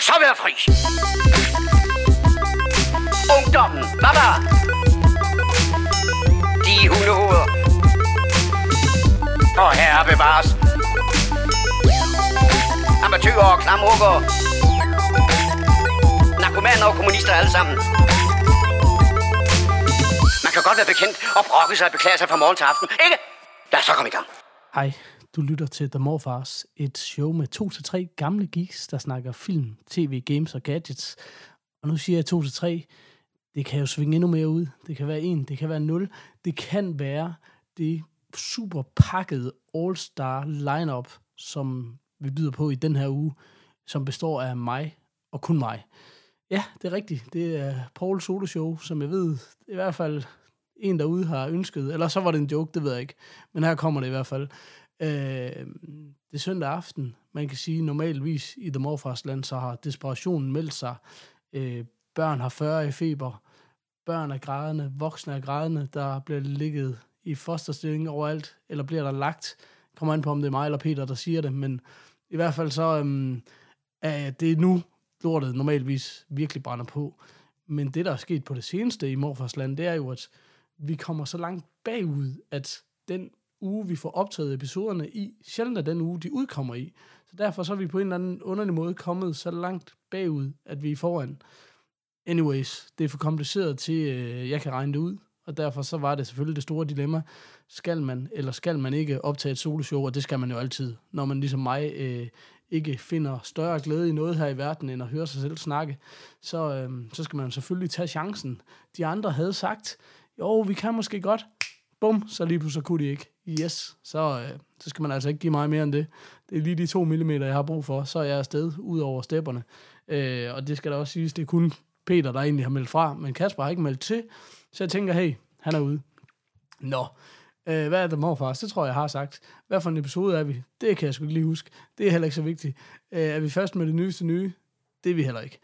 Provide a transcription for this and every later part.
jeg så være fri. Ungdommen, baba. De hundehoveder. Og herre bevares. Amatører og klamrukker. Narkomaner og kommunister alle sammen. Man kan godt være bekendt og brokke sig og beklage sig fra morgen til aften, ikke? Lad os så komme i gang. Hej, du lytter til The Morfars, et show med 2-3 gamle geeks, der snakker film, tv, games og gadgets. Og nu siger jeg 2-3, det kan jo svinge endnu mere ud. Det kan være 1, det kan være 0. Det kan være det super pakkede all-star lineup, som vi byder på i den her uge, som består af mig og kun mig. Ja, det er rigtigt. Det er Paul Solo Show, som jeg ved, i hvert fald en derude har ønsket. Eller så var det en joke, det ved jeg ikke. Men her kommer det i hvert fald. Det er søndag aften. Man kan sige, normalvis i The Morfars land, så har desperationen meldt sig. Børn har 40 i feber. Børn er grædende. Voksne er grædende. Der bliver ligget i fosterstilling overalt. Eller bliver der lagt. Kommer an på, om det er mig eller Peter, der siger det. Men i hvert fald så er det nu lortet normalvis virkelig brænder på. Men det, der er sket på det seneste i Morfars land, det er jo, at vi kommer så langt bagud, at den uge, vi får optaget episoderne i, sjældent er den uge, de udkommer i. Så derfor så er vi på en eller anden underlig måde kommet så langt bagud, at vi er foran. Anyways, det er for kompliceret til, jeg kan regne det ud, og derfor så var det selvfølgelig det store dilemma. Skal man eller skal man ikke optage et soloshow, og det skal man jo altid, når man ligesom mig ikke finder større glæde i noget her i verden, end at høre sig selv snakke, så skal man selvfølgelig tage chancen. De andre havde sagt, jo, vi kan måske godt. Bum, så lige pludselig kunne de ikke. Yes, så skal man altså ikke give mig mere end det. Det er lige de 2 mm, jeg har brug for. Så er jeg afsted ud over stepperne. Og det skal da også siges, det er kun Peter, der egentlig har meldt fra, men Kasper har ikke meldt til. Så jeg tænker, hey, han er ude. Nå, hvad er The Morfars? Det tror jeg har sagt. Hvad for en episode er vi? Det kan jeg sgu ikke lige huske. Det er heller ikke så vigtigt. Er vi først med det nyeste nye? Det er vi heller ikke.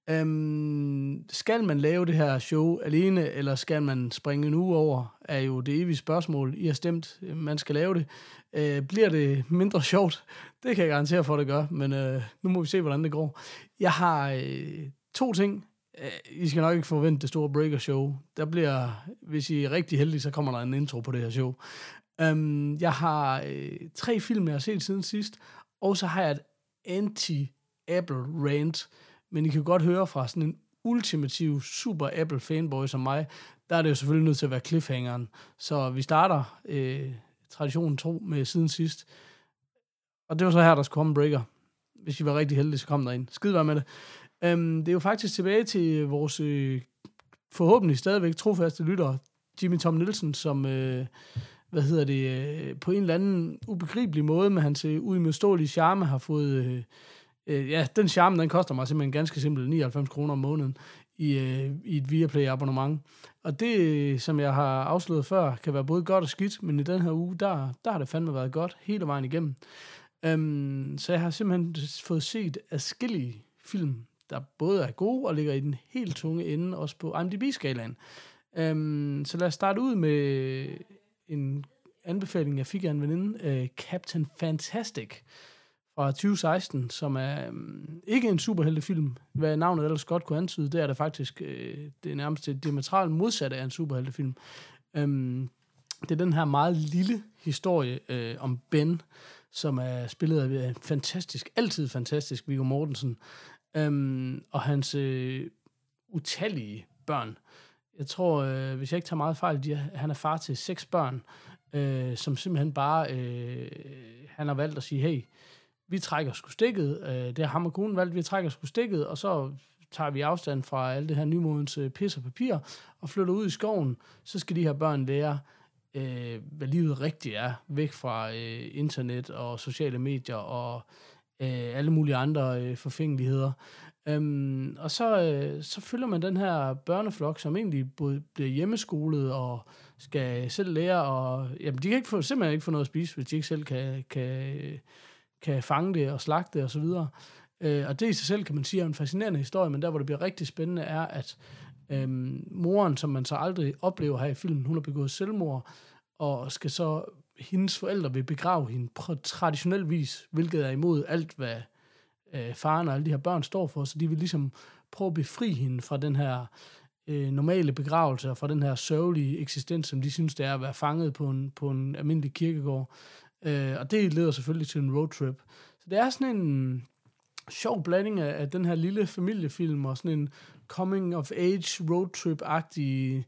Skal man lave det her show alene, eller skal man springe en uge over, er jo det evige spørgsmål. I har stemt, man skal lave det. Bliver det mindre sjovt? Det kan jeg garantere for, at det gør, men nu må vi se, hvordan det går. Jeg har 2 ting. I skal nok ikke forvente det store breaker-show. Der bliver, hvis I er rigtig heldige, så kommer der en intro på det her show. Jeg har 3 film, jeg har set siden sidst, og så har jeg et anti-Apple-rant. Men I kan godt høre fra sådan en ultimativ super Apple-fanboy som mig, der er det jo selvfølgelig nødt til at være cliffhangeren. Så vi starter traditionen tro med siden sidst. Og det var så her, der skulle komme en breaker. Hvis I var rigtig heldige, så kom der en. Skide være med det. Det er jo faktisk tilbage til vores forhåbentlig stadigvæk trofaste lytter, Jimmy Tom Nielsen, som på en eller anden ubegribelig måde med hans uimodståelige charme har fået... den charme, den koster mig simpelthen ganske simpelt 99 kroner om måneden i et Viaplay-abonnement. Og det, som jeg har afsløret før, kan være både godt og skidt, men i den her uge, der har det fandme været godt hele vejen igennem. Så jeg har simpelthen fået set adskillige film, der både er gode og ligger i den helt tunge ende, også på IMDb-skalaen. Så lad os starte ud med en anbefaling, jeg fik af en veninde, Captain Fantastic fra 2016, som er ikke en superheltefilm, hvad navnet ellers godt kunne antyde. Det er det faktisk, det er nærmest det diametralt modsatte af en superheltefilm. Det er den her meget lille historie om Ben, som er spillet af altid fantastisk Viggo Mortensen, og hans utallige børn. Jeg tror, hvis jeg ikke tager meget fejl, han er far til 6 børn, som simpelthen bare, han har valgt at sige, hey, vi trækker sgu stikket, det har ham og konen valgt, vi trækker sgu stikket, og så tager vi afstand fra alt det her nymodens pis og papir, og flytter ud i skoven, så skal de her børn lære, hvad livet rigtigt er, væk fra internet og sociale medier og alle mulige andre forfængeligheder. Og så følger man den her børneflok, som egentlig både bliver hjemmeskolet og skal selv lære, og jamen, de kan simpelthen ikke få noget at spise, hvis de ikke selv kan fange det og slagte det og så videre. Og det i sig selv kan man sige er en fascinerende historie, men der hvor det bliver rigtig spændende er, at moren, som man så aldrig oplever her i filmen, hun har begået selvmord, og skal så, hendes forældre vil begrave hende på traditionel vis, hvilket er imod alt, hvad faren og alle de her børn står for, så de vil ligesom prøve at befri hende fra den her normale begravelse, og fra den her sørgelige eksistens, som de synes, det er at være fanget på en almindelig kirkegård. Og det leder selvfølgelig til en roadtrip. Så det er sådan en sjov blanding af den her lille familiefilm, og sådan en coming-of-age roadtrip-agtig,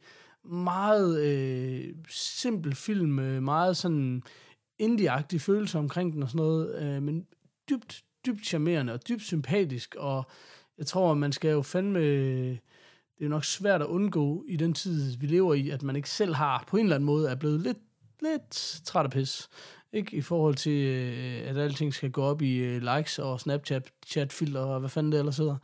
meget simpel film, meget sådan indie-agtig følelse omkring den og sådan noget, men dybt charmerende og dybt sympatisk, og jeg tror, man skal jo fandme, det er nok svært at undgå i den tid, vi lever i, at man ikke selv har, på en eller anden måde, er blevet lidt træt af pis. Ikke i forhold til, at alting skal gå op i likes og Snapchat-filter og hvad fanden det ellers hedder.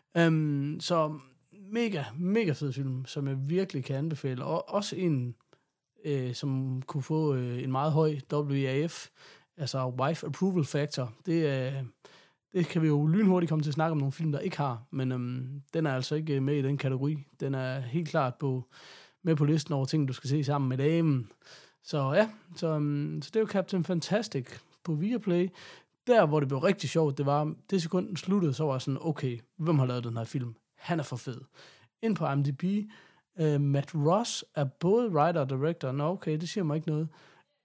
Så mega fed film, som jeg virkelig kan anbefale. Og også en, som kunne få en meget høj WAF, altså Wife Approval Factor. Det kan vi jo lynhurtigt komme til at snakke om nogle film, der ikke har, men den er altså ikke med i den kategori. Den er helt klart med på listen over ting, du skal se sammen med damen. Så ja, så det er jo Captain Fantastic på Viaplay. Der, hvor det blev rigtig sjovt, det var, det sekund den sluttede, så var jeg sådan, okay, hvem har lavet den her film? Han er for fed. Ind på IMDb, Matt Ross er både writer og director. Nå, okay, det siger mig ikke noget.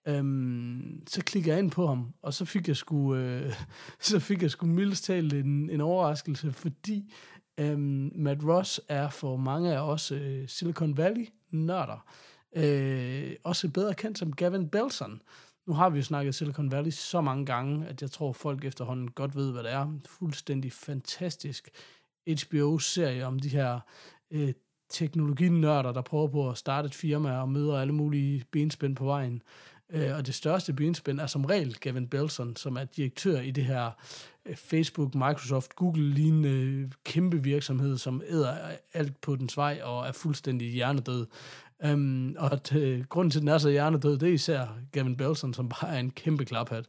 Så klikker jeg ind på ham, og så fik jeg sgu mildest talt en overraskelse, fordi Matt Ross er for mange af os Silicon Valley-nørder. Også bedre kendt som Gavin Belson. Nu har vi jo snakket Silicon Valley så mange gange, at jeg tror, folk efterhånden godt ved, hvad det er. Fuldstændig fantastisk HBO-serie om de her teknologinørder, der prøver på at starte et firma og møder alle mulige benspænd på vejen. Og det største benspænd er som regel Gavin Belson, som er direktør i det her Facebook, Microsoft, Google-lignende kæmpe virksomhed, som æder alt på dens vej og er fuldstændig hjernedød. Og grunden til, at den er så hjernedød, det er især Gavin Belson, som bare er en kæmpe klaphat.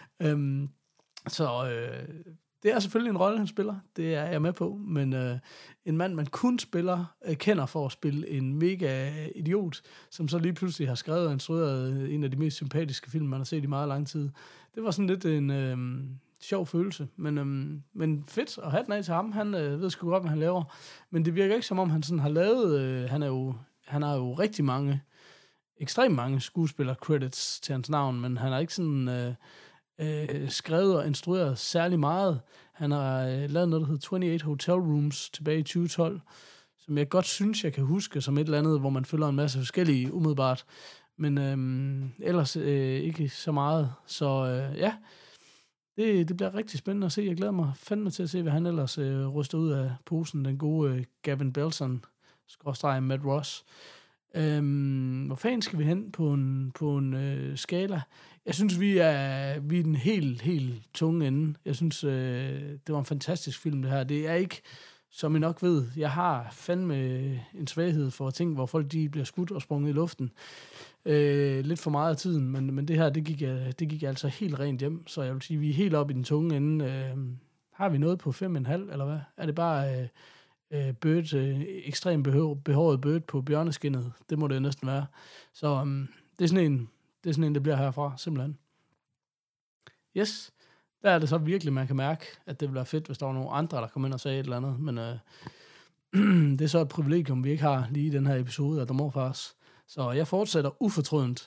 Det er selvfølgelig en rolle, han spiller. Det er jeg med på. Men en mand, man kun kender for at spille en mega idiot, som så lige pludselig har skrevet og instrueret en af de mest sympatiske film, man har set i meget lang tid. Det var sådan lidt en sjov følelse. Men fedt at have den af til ham. Han ved sgu godt, hvad han laver. Men det virker ikke, som om han sådan har lavet... Han har jo rigtig mange, ekstremt mange skuespiller-credits til hans navn, men han har ikke sådan skrevet og instrueret særlig meget. Han har lavet noget, der hedder 28 Hotel Rooms tilbage i 2012, som jeg godt synes, jeg kan huske som et eller andet, hvor man følger en masse forskellige umiddelbart, men ellers ikke så meget. Så ja, det bliver rigtig spændende at se. Jeg glæder mig fandme til at se, hvad han ellers ryster ud af posen, den gode Gavin Belson, / Matt Ross. Hvor fanden skal vi hen på en skala? Jeg synes, vi er den helt tunge ende. Jeg synes, det var en fantastisk film, det her. Det er ikke, som I nok ved, jeg har fandme en svaghed for ting, hvor folk de bliver skudt og sprunget i luften. Lidt for meget af tiden, men det her, det gik altså helt rent hjem. Så jeg vil sige, vi er helt oppe i den tunge ende. Har vi noget på 5,5, eller hvad? Er det bare... ekstremt behåret bødt på bjørneskinnet. Det må det næsten være. Så det er sådan en, det bliver herfra, simpelthen. Yes, der er det så virkelig, man kan mærke, at det bliver fedt, hvis der var nogle andre, der kom ind og sagde et eller andet, men det er så et privilegium, vi ikke har lige i den her episode af The Morfars. Så jeg fortsætter ufortrødent.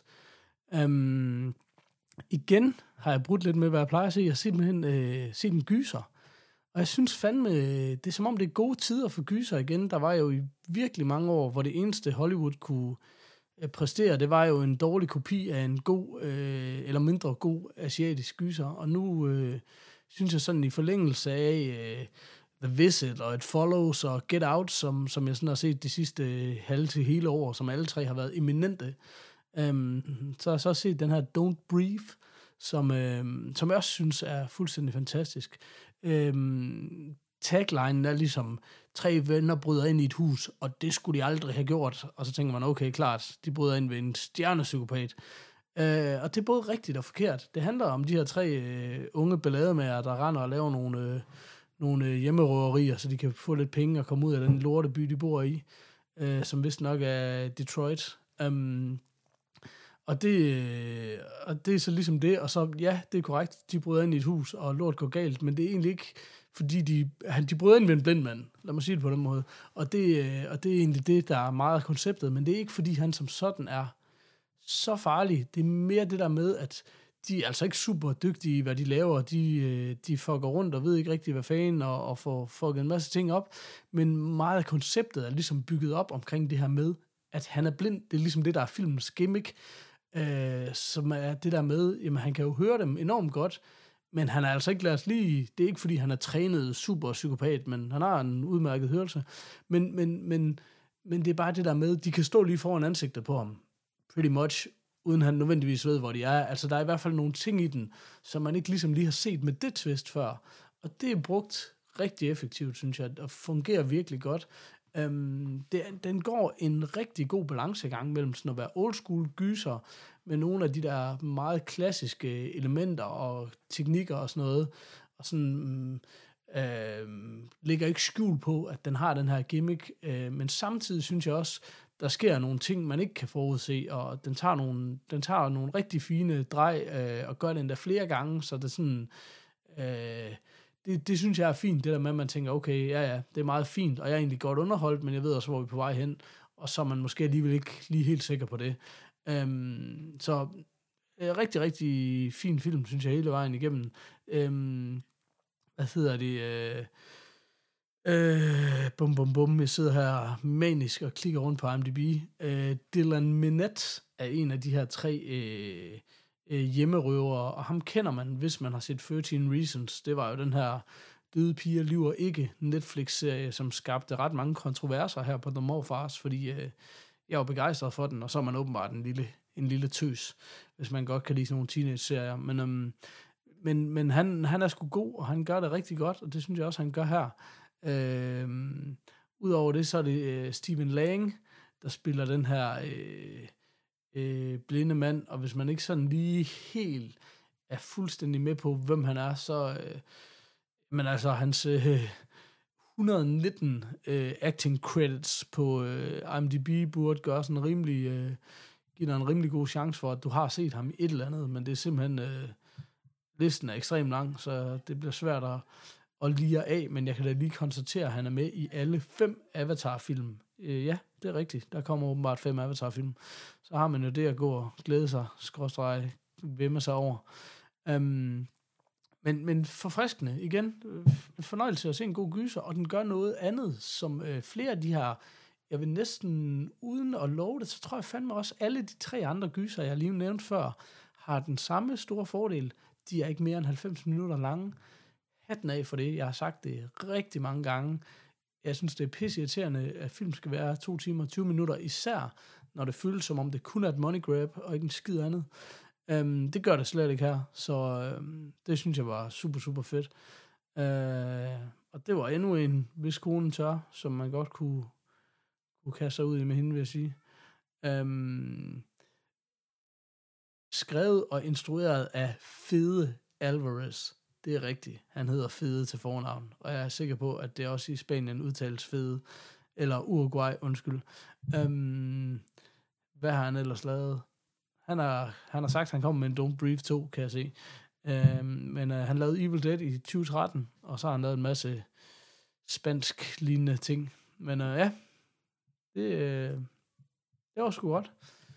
Igen har jeg brudt lidt med, hvad jeg plejer at se. Jeg har set en gyser. Og jeg synes fandme, det er som om det er gode tider for gyser igen. Der var jo i virkelig mange år, hvor det eneste Hollywood kunne præstere, det var jo en dårlig kopi af en god eller mindre god asiatisk gyser. Og nu synes jeg sådan i forlængelse af The Visit og It Follows og Get Out, som jeg sådan har set de sidste halve til hele år, som alle tre har været eminente, så har jeg så set den her Don't Breathe, som jeg også synes er fuldstændig fantastisk. Taglinen er ligesom 3 venner bryder ind i et hus, og det skulle de aldrig have gjort. Og så tænker man, okay, klart, de bryder ind ved en stjernepsykopat. Og det er både rigtigt og forkert. Det handler om de her 3 unge ballademager, der render og laver nogle hjemmerøverier, så de kan få lidt penge og komme ud af den lorteby, de bor i, som vist nok er Detroit. Og det er så ligesom det, og så, ja, det er korrekt, de bryder ind i et hus, og lort går galt, men det er egentlig ikke fordi de bryder ind ved en blind mand. Lad mig sige det på den måde. Og det er egentlig det, der er meget konceptet, men det er ikke, fordi han som sådan er så farlig. Det er mere det der med, at de er altså ikke super dygtige i, hvad de laver. De fucker rundt og ved ikke rigtig, hvad fanden, og får fucket en masse ting op. Men meget af konceptet er ligesom bygget op omkring det her med, at han er blind. Det er ligesom det, der er filmens gimmick, som er det der med, jamen han kan jo høre dem enormt godt, men han er altså ikke lært lige, det er ikke fordi han er trænet super psykopat, men han har en udmærket hørelse. Men det er bare det der med, de kan stå lige foran ansigtet på ham, pretty much, uden han nødvendigvis ved, hvor de er. Altså der er i hvert fald nogle ting i den, som man ikke ligesom lige har set med det twist før. Og det er brugt rigtig effektivt, synes jeg, og fungerer virkelig godt. Den går en rigtig god balancegang mellem sådan at være old school gyser med nogle af de der meget klassiske elementer og teknikker og sådan noget, og sådan ligger ikke skjul på, at den har den her gimmick, men samtidig synes jeg også, der sker nogle ting, man ikke kan forudse, og den tager nogle rigtig fine drej, og gør det endda flere gange, så det sådan det synes jeg er fint, det der med, at man tænker, okay, ja, det er meget fint, og jeg er egentlig godt underholdt, men jeg ved også, hvor vi er på vej hen, og så er man måske alligevel ikke lige helt sikker på det. Så rigtig, rigtig fin film, synes jeg, hele vejen igennem. Hvad hedder det? Jeg sidder her manisk og klikker rundt på IMDb. Dylan Minnette er en af de her 3 hjemmerøvere, og ham kender man, hvis man har set 13 Reasons. Det var jo den her Døde piger lyver ikke Netflix-serie, som skabte ret mange kontroverser her på The Morfars, fordi jeg var begejstret for den, og så er man åbenbart en lille tøs, hvis man godt kan lide sådan nogle teenage-serier. Men han er sgu god, og han gør det rigtig godt, og det synes jeg også, han gør her. Udover det, så er det Stephen Lang, der spiller den her blinde mand, og hvis man ikke sådan lige helt er fuldstændig med på, hvem han er, så men altså hans 119 acting credits på IMDb burde gøre sådan rimelig give dig en rimelig god chance for, at du har set ham i et eller andet, men det er simpelthen listen er ekstremt lang, så det bliver svært at lire af, men jeg kan da lige konstatere, at han er med i alle 5 Avatar-film. Ja, det er rigtigt. Der kommer åbenbart 5 Avatar-film. Så har man jo det at gå og glæde sig, vemme sig over. Men forfriskende, igen, en fornøjelse at se en god gyser, og den gør noget andet, som flere af de her, jeg vil næsten, uden at love det, så tror jeg fandme også, alle de 3 andre gyser, jeg lige nævnte før, har den samme store fordel. De er ikke mere end 90 minutter lange. Hatten af for det. Jeg har sagt det rigtig mange gange. Jeg synes, det er pisseirriterende, at film skal være 2 timer og 20 minutter, især når det føles som om, det kun er et money grab, og ikke en skid andet. Det gør det slet ikke her, så det synes jeg var super, super fedt. Og det var endnu en, hvis konen tør, som man godt kunne kaste sig ud i med hende, vil jeg sige. Skrevet og instrueret af Fede Alvarez. Det er rigtigt. Han hedder Fede til fornavn, og jeg er sikker på, at det også i Spanien udtales Fede, eller Uruguay, undskyld. Hvad har han ellers lavet? Han har sagt, at han kommer med en Don't Breathe 2, kan jeg se. Men han lavede Evil Dead i 2013, og så har han lavet en masse spansk-lignende ting. Men ja, det var sgu godt.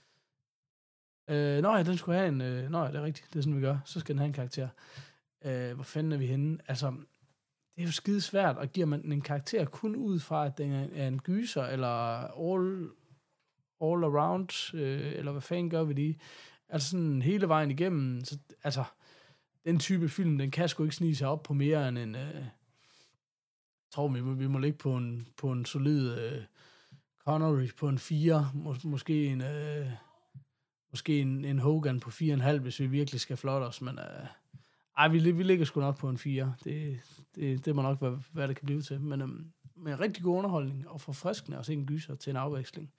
Den skulle have en... det er rigtigt, det er sådan, vi gør. Så skal den have en karakter. Hvor fanden er vi henne? Altså, det er jo skide svært, og giver man en karakter kun ud fra, at den er en gyser, eller all around, eller hvad fanden gør vi lige? Altså sådan hele vejen igennem, så, altså, den type film, den kan sgu ikke snige sig op på mere end en... jeg tror, vi må ligge på en solid Connery på en 4, måske en Hogan på 4,5, hvis vi virkelig skal flotte os, men vi ligger sgu nok på en 4. Det må nok være, hvad det kan blive til, men med rigtig god underholdning og forfriskende at se en gyser til en afveksling.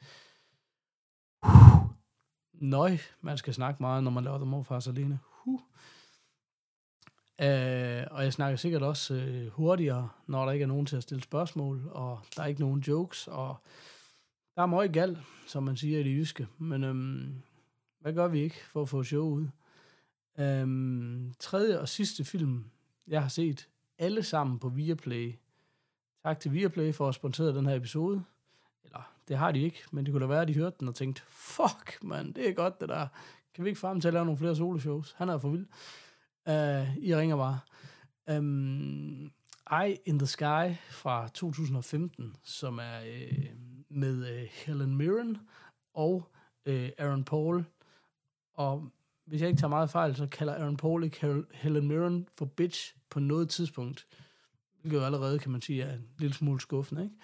Nøj, man skal snakke meget, når man laver The Morfars alene. Og jeg snakker sikkert også hurtigere, når der ikke er nogen til at stille spørgsmål, og der er ikke nogen jokes, og der er meget galt, som man siger i det jyske. Men hvad gør vi ikke for at få show ud? Tredje og sidste film, jeg har set alle sammen på Viaplay. Tak til Viaplay for at sponsere den her episode. Eller, det har de ikke, men det kunne da være, at de hørte den og tænkte, fuck, man, det er godt det der. Kan vi ikke få ham til at lave nogle flere soloshows? Han er for vild. I ringer bare. Eye in the Sky fra 2015, som er med Helen Mirren og Aaron Paul. Og hvis jeg ikke tager meget fejl, så kalder Aaron Paul ikke Helen Mirren for bitch på noget tidspunkt. Hvilket jo allerede, kan man sige, er en lille smule skuffende, ikke?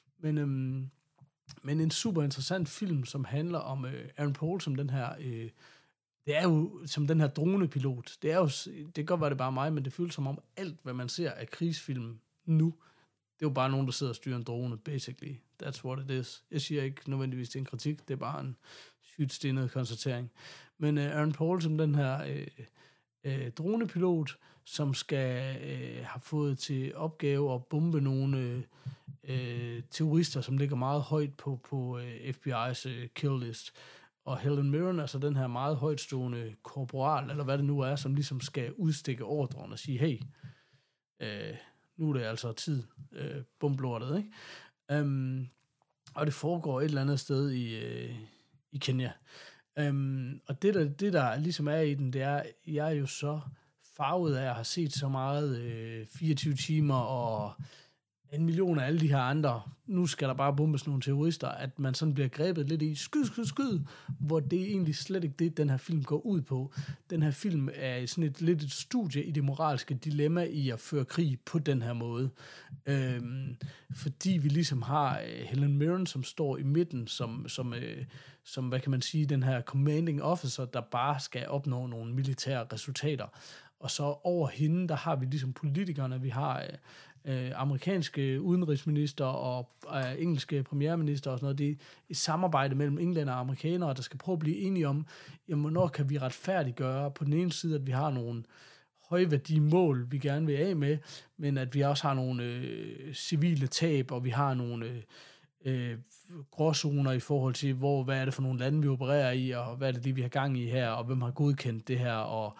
Men en super interessant film, som handler om Aaron Paul som den her... det er jo som den her dronepilot. Det kan godt være, det bare mig, men det føles som om alt, hvad man ser af krigsfilm nu, det er jo bare nogen, der sidder og styrer en drone, basically. That's what it is. Jeg siger ikke nødvendigvis, det er en kritik, det er bare en sygt stenet konstatering. Men Aaron Paul som den her dronepilot, som skal have fået til opgave at bombe nogle terrorister, som ligger meget højt på FBI's kill list. Og Helen Mirren, altså den her meget højtstående korporal, eller hvad det nu er, som ligesom skal udstikke ordren og sige, hey, nu er det altså tid, bomblortet, ikke? Og det foregår et eller andet sted i Kenya. Og det der ligesom er i den, det er, jeg er jo så farvet af at have set så meget 24 timer og 1 million af alle de her andre, nu skal der bare bombes nogle terrorister, at man sådan bliver grebet lidt i skyd, hvor det er egentlig slet ikke det, den her film går ud på. Den her film er sådan lidt et studie i det moralske dilemma i at føre krig på den her måde. Fordi vi ligesom har Helen Mirren, som står i midten, som hvad kan man sige, den her commanding officer, der bare skal opnå nogle militære resultater. Og så over hende, der har vi ligesom politikerne, vi har amerikanske udenrigsminister og engelske premierminister og sådan noget. Det er et samarbejde mellem englænder og amerikanere, der skal prøve at blive enige om, jamen, hvornår kan vi retfærdiggøre på den ene side, at vi har nogle højværdige mål, vi gerne vil af med, men at vi også har nogle civile tab, og vi har nogle gråzoner i forhold til, hvad er det for nogle lande, vi opererer i, og hvad er det, vi har gang i her, og hvem har godkendt det her, og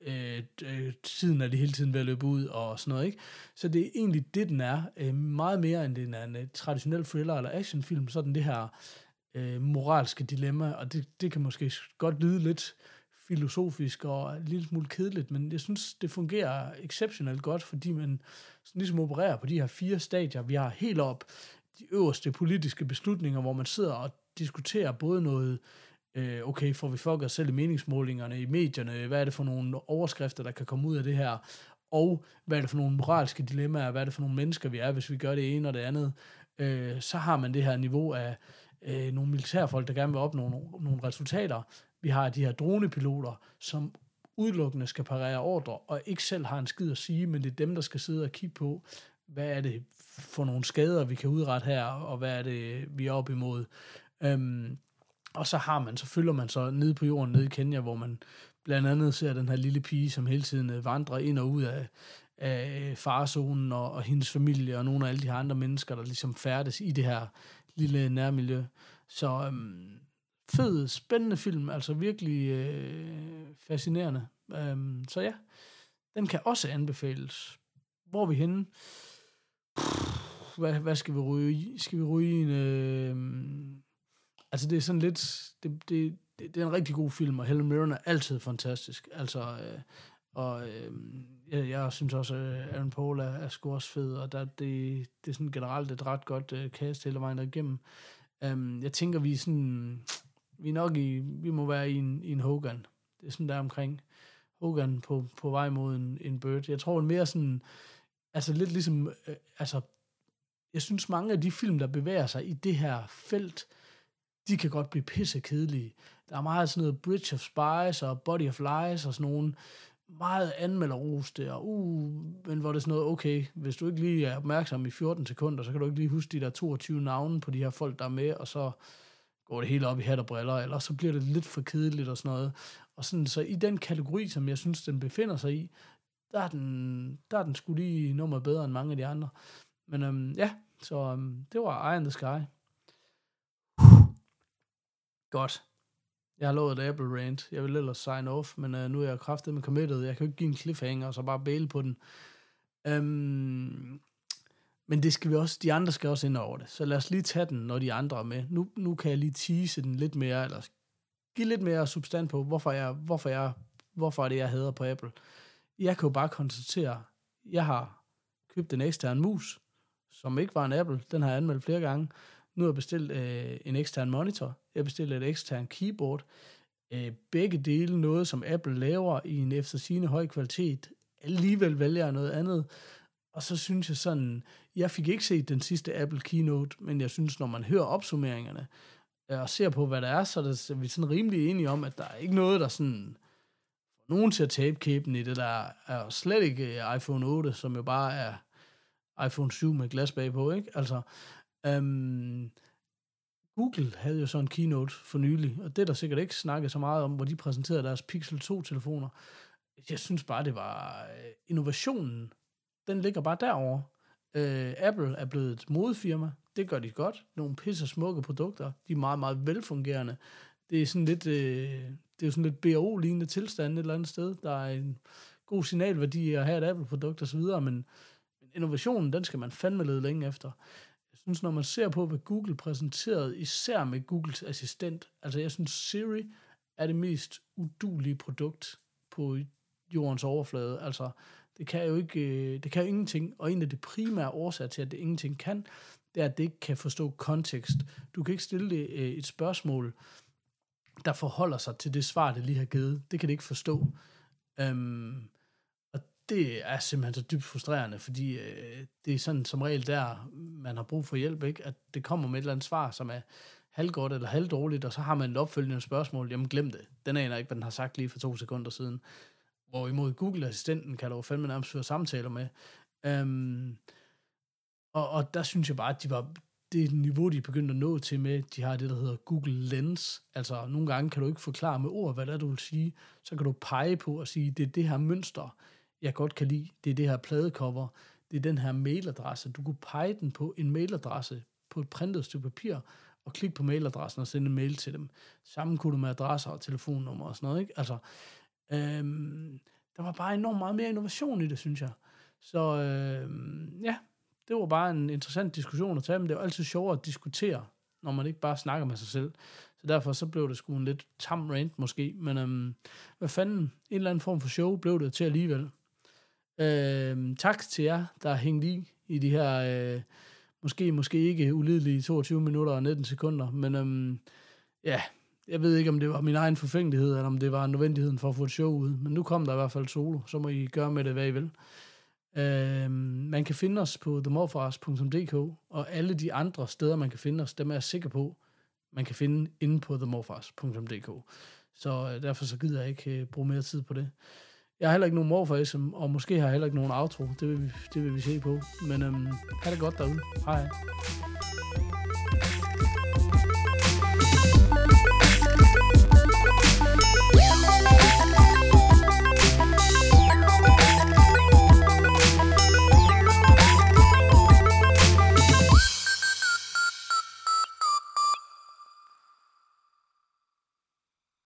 tiden er det hele tiden ved at løbe ud, og sådan noget, ikke? Så det er egentlig det, den er. Meget mere end den er en traditionel thriller eller actionfilm, sådan det her moralske dilemma, og det kan måske godt lyde lidt filosofisk og en lille smule kedeligt, men jeg synes, det fungerer exceptionelt godt, fordi man ligesom opererer på de her 4 stadier. Vi har helt op de øverste politiske beslutninger, hvor man sidder og diskuterer både noget, okay, får vi fucket os selv i meningsmålingerne, i medierne, hvad er det for nogle overskrifter, der kan komme ud af det her, og hvad er det for nogle moralske dilemmaer, hvad er det for nogle mennesker, vi er, hvis vi gør det ene og det andet. Så har man det her niveau af nogle militærfolk, der gerne vil opnå nogle resultater. Vi har de her dronepiloter, som udelukkende skal parere ordre, og ikke selv har en skid at sige, men det er dem, der skal sidde og kigge på, hvad er det for nogle skader, vi kan udrette her, og hvad er det, vi er op imod. Og så følger man så nede på jorden, nede i Kenya, hvor man blandt andet ser den her lille pige, som hele tiden vandrer ind og ud af farezonen, og hendes familie, og nogle af alle de her andre mennesker, der ligesom færdes i det her lille nærmiljø. Så fed, spændende film, altså virkelig fascinerende. Så ja, den kan også anbefales. Hvor er vi henne? Hvad skal vi ryge i? Skal vi ryge i en... altså det er sådan lidt... Det er en rigtig god film, og Helen Mirren er altid fantastisk. Altså... jeg synes også, at Aaron Paul er sgu også fed, og det er sådan generelt et ret godt cast hele vejen igennem. Jeg tænker, vi må være i en Hogan. Det er sådan der omkring Hogan på vej mod en Bird. Jeg tror mere sådan, altså lidt ligesom, jeg synes mange af de film, der bevæger sig i det her felt, de kan godt blive pissekedelige. Der er meget sådan noget Bridge of Spies og Body of Lies og sådan nogle meget anmelderroste, men hvor det er sådan noget, okay, hvis du ikke lige er opmærksom i 14 sekunder, så kan du ikke lige huske de der 22 navne på de her folk, der er med, og så går det hele op i hat og briller, eller så bliver det lidt for kedeligt og sådan noget. Og sådan, så i den kategori, som jeg synes, den befinder sig i, der er den sgu lige nummer bedre end mange af de andre. Men så det var Eye in the Sky. Godt. Jeg har lovet et Apple rant. Jeg vil ellers sign off, men nu er jeg kraftedeme committed. Jeg kan jo ikke give en cliffhanger, og så bare baile på den. Men det skal de andre skal også ind over det. Så lad os lige tage den, når de andre er med. Nu kan jeg lige tease den lidt mere, eller give lidt mere substans på, hvorfor er det, jeg hader på Apple. Jeg kan jo bare konstatere, jeg har købt en ekstern mus, som ikke var en Apple. Den har jeg anmeldt flere gange. Nu har jeg bestilt en ekstern monitor. Jeg har bestilt et ekstern keyboard. Begge dele noget, som Apple laver i en efter sigende høj kvalitet. Alligevel vælger jeg noget andet. Og så synes jeg sådan, jeg fik ikke set den sidste Apple Keynote, men jeg synes, når man hører opsummeringerne og ser på, hvad der er, så er vi sådan rimelig enige om, at der er ikke noget, der sådan får nogen til at tabe kæben i det. Der er slet ikke iPhone 8, som jo bare er iPhone 7 med glas bagpå, ikke? Altså, Google havde jo sådan en keynote for nylig, og det er der sikkert ikke snakket så meget om, hvor de præsenterede deres Pixel 2-telefoner. Jeg synes bare, det var innovationen. Den ligger bare derovre. Apple er blevet et modefirma. Det gør de godt. Nogle pisse smukke produkter. De er meget, meget velfungerende. Det er sådan lidt, det er jo sådan lidt BO-lignende tilstand et eller andet sted. Der er en god signalværdi at have et Apple-produkt og så videre, men innovationen, den skal man fandme lede længe efter. Jeg synes, når man ser på, hvad Google præsenterede, især med Googles assistent, altså jeg synes, Siri er det mest uduelige produkt på jordens overflade. Altså, det kan jo ingenting, og en af de primære årsager til, at det ingenting kan, det er, at det ikke kan forstå kontekst. Du kan ikke stille det et spørgsmål, der forholder sig til det svar, det lige har givet. Det kan det ikke forstå. Og det er simpelthen så dybt frustrerende, fordi det er sådan som regel der, man har brug for hjælp, ikke? At det kommer med et eller andet svar, som er halvgodt eller halvdårligt, og så har man et opfølgende spørgsmål, jamen glem det. Den aner ikke, hvad den har sagt lige for 2 sekunder siden. Hvorimod Google-assistenten kan du jo fandme nærmest føre samtaler med. Og der synes jeg bare, at det niveau, de er begyndt at nå til med, de har det, der hedder Google Lens. Altså, nogle gange kan du ikke forklare med ord, hvad det er, du vil sige. Så kan du pege på og sige, det er det her mønster, jeg godt kan lide. Det er det her pladecover. Det er den her mailadresse. Du kunne pege den på en mailadresse på et printet stykke papir, og klikke på mailadressen og sende en mail til dem. Sammen kunne du med adresser og telefonnummer og sådan noget, ikke? Altså, der var bare enormt meget mere innovation i det, synes jeg. Så ja, det var bare en interessant diskussion at tage, men det er jo altid sjovere at diskutere, når man ikke bare snakker med sig selv. Så derfor så blev det sgu en lidt tam rant måske, men hvad fanden, en eller anden form for show blev det til alligevel. Tak til jer, der har hængt i de her måske ikke ulidelige 22 minutter og 19 sekunder, men ja, jeg ved ikke, om det var min egen forfængelighed, eller om det var nødvendigheden for at få et show ud, men nu kom der i hvert fald solo, så må I gøre med det, hvad I vil. Man kan finde os på themorfars.dk, og alle de andre steder, man kan finde os, dem er jeg sikker på, man kan finde inde på themorfars.dk. Så derfor så gider jeg ikke bruge mere tid på det. Jeg har heller ikke nogen morfarism, og måske har jeg heller ikke nogen outro. Det vil vi se på. Men have det godt derude. Hej.